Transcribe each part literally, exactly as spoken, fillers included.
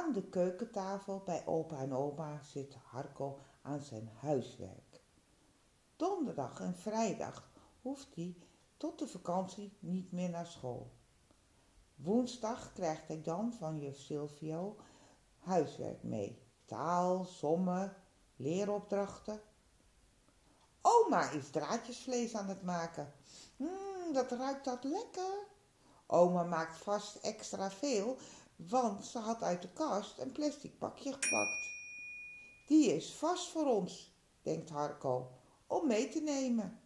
Aan de keukentafel bij opa en oma zit Harco aan zijn huiswerk. Donderdag en vrijdag hoeft hij tot de vakantie niet meer naar school. Woensdag krijgt hij dan van juf Silvio huiswerk mee. Taal, sommen, leeropdrachten. Oma is draadjesvlees aan het maken. Mmm, dat ruikt dat lekker. Oma maakt vast extra veel, want ze had uit de kast een plastic pakje gepakt. Die is vast voor ons, denkt Harco, om mee te nemen.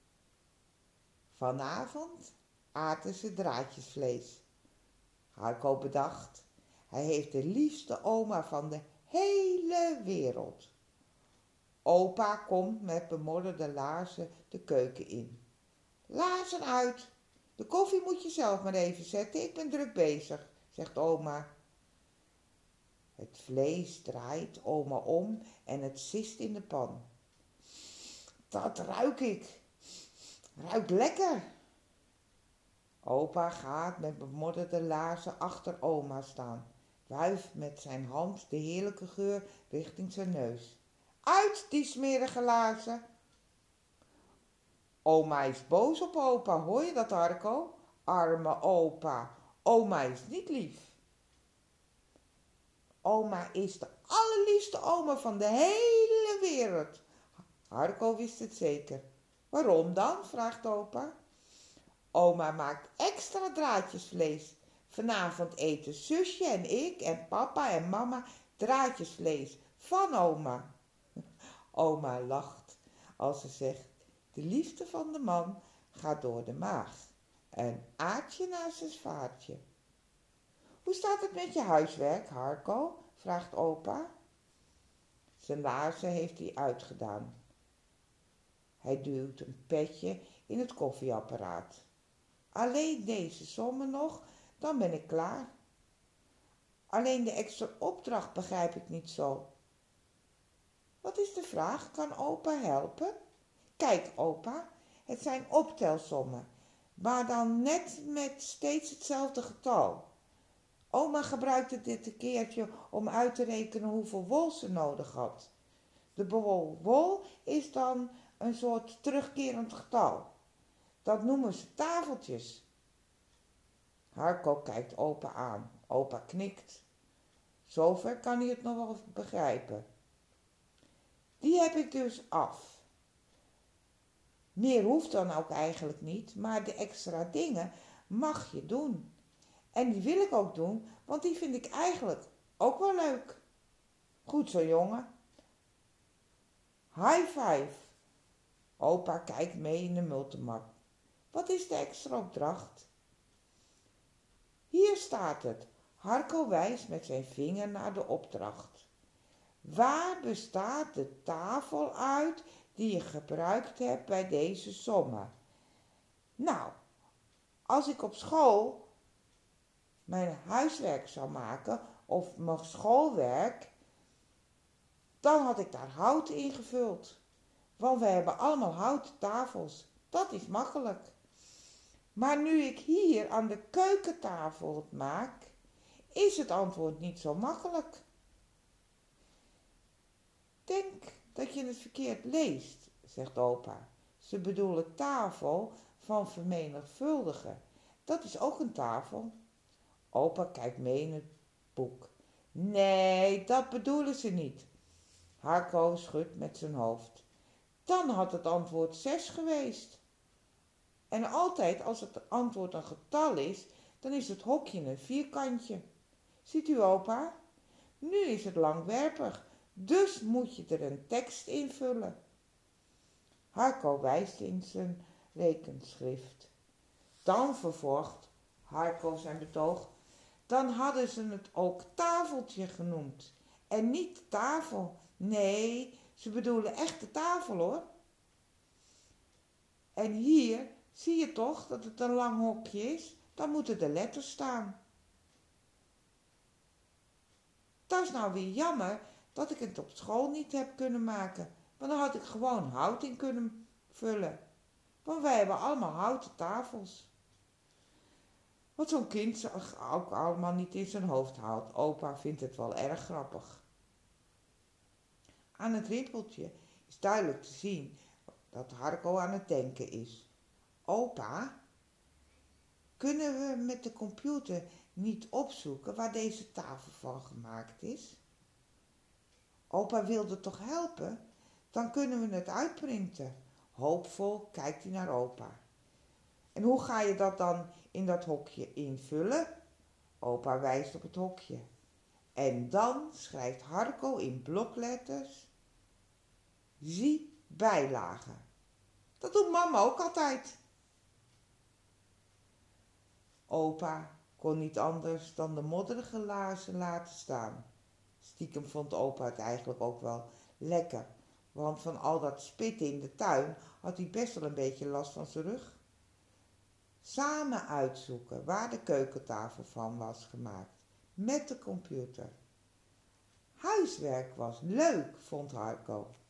Vanavond aten ze draadjesvlees. Harco bedacht, hij heeft de liefste oma van de hele wereld. Opa komt met bemodderde laarzen de keuken in. Laarzen uit, de koffie moet je zelf maar even zetten, ik ben druk bezig, zegt oma. Het vlees draait oma om en het sist in de pan. Dat ruik ik. Ruikt lekker. Opa gaat met bemodderde laarzen achter oma staan, wuift met zijn hand de heerlijke geur richting zijn neus. Uit die smerige laarzen. Oma is boos op opa, hoor je dat, Harco? Arme opa, oma is niet lief. Oma is de allerliefste oma van de hele wereld. Harco wist het zeker. Waarom dan? Vraagt opa. Oma maakt extra draadjesvlees. Vanavond eten zusje en ik en papa en mama draadjesvlees van oma. Oma lacht als ze zegt, de liefde van de man gaat door de maag. Een aardje naast zijn vaartje. Hoe staat het met je huiswerk, Harco? Vraagt opa. Zijn laarzen heeft hij uitgedaan. Hij duwt een petje in het koffieapparaat. Alleen deze sommen nog, dan ben ik klaar. Alleen de extra opdracht begrijp ik niet zo. Wat is de vraag? Kan opa helpen? Kijk, opa, het zijn optelsommen, maar dan net met steeds hetzelfde getal. Oma gebruikte dit een keertje om uit te rekenen hoeveel wol ze nodig had. De bol wol is dan een soort terugkerend getal. Dat noemen ze tafeltjes. Harco kijkt opa aan. Opa knikt. Zover kan hij het nog wel begrijpen. Die heb ik dus af. Meer hoeft dan ook eigenlijk niet, maar de extra dingen mag je doen. En die wil ik ook doen, want die vind ik eigenlijk ook wel leuk. Goed zo, jongen. High five. Opa kijkt mee in de multimap. Wat is de extra opdracht? Hier staat het. Harco wijst met zijn vinger naar de opdracht. Waar bestaat de tafel uit die je gebruikt hebt bij deze sommen? Nou, als ik op school mijn huiswerk zou maken of mijn schoolwerk, dan had ik daar hout ingevuld. Want we hebben allemaal houten tafels. Dat is makkelijk. Maar nu ik hier aan de keukentafel het maak, is het antwoord niet zo makkelijk. Denk dat je het verkeerd leest, zegt opa. Ze bedoelen tafel van vermenigvuldigen. Dat is ook een tafel. Opa kijkt mee in het boek. Nee, dat bedoelen ze niet. Harco schudt met zijn hoofd. Dan had het antwoord zes geweest. En altijd als het antwoord een getal is, dan is het hokje een vierkantje. Ziet u, opa? Nu is het langwerpig, dus moet je er een tekst invullen. Harco wijst in zijn rekenschrift. Dan vervolgt Harco zijn betoog. Dan hadden ze het ook tafeltje genoemd. En niet tafel. Nee, ze bedoelen echt de tafel, hoor. En hier zie je toch dat het een lang hokje is? Dan moeten de letters staan. Dat is nou weer jammer dat ik het op school niet heb kunnen maken. Want dan had ik gewoon hout in kunnen vullen. Want wij hebben allemaal houten tafels. wat zo'n kind zich ook allemaal niet in zijn hoofd haalt. Opa vindt het wel erg grappig. Aan het rimpeltje is duidelijk te zien dat Harco aan het denken is. Opa, kunnen we met de computer niet opzoeken waar deze tafel van gemaakt is? Opa wilde toch helpen? Dan kunnen we het uitprinten. Hoopvol kijkt hij naar opa. En hoe ga je dat dan in dat hokje invullen? Opa wijst op het hokje. En dan schrijft Harco in blokletters: zie bijlagen. Dat doet mama ook altijd. Opa kon niet anders dan de modderige laarzen laten staan. Stiekem vond opa het eigenlijk ook wel lekker, want van al dat spitten in de tuin had hij best wel een beetje last van zijn rug. Samen uitzoeken waar de keukentafel van was gemaakt, met de computer. Huiswerk was leuk, vond Harco.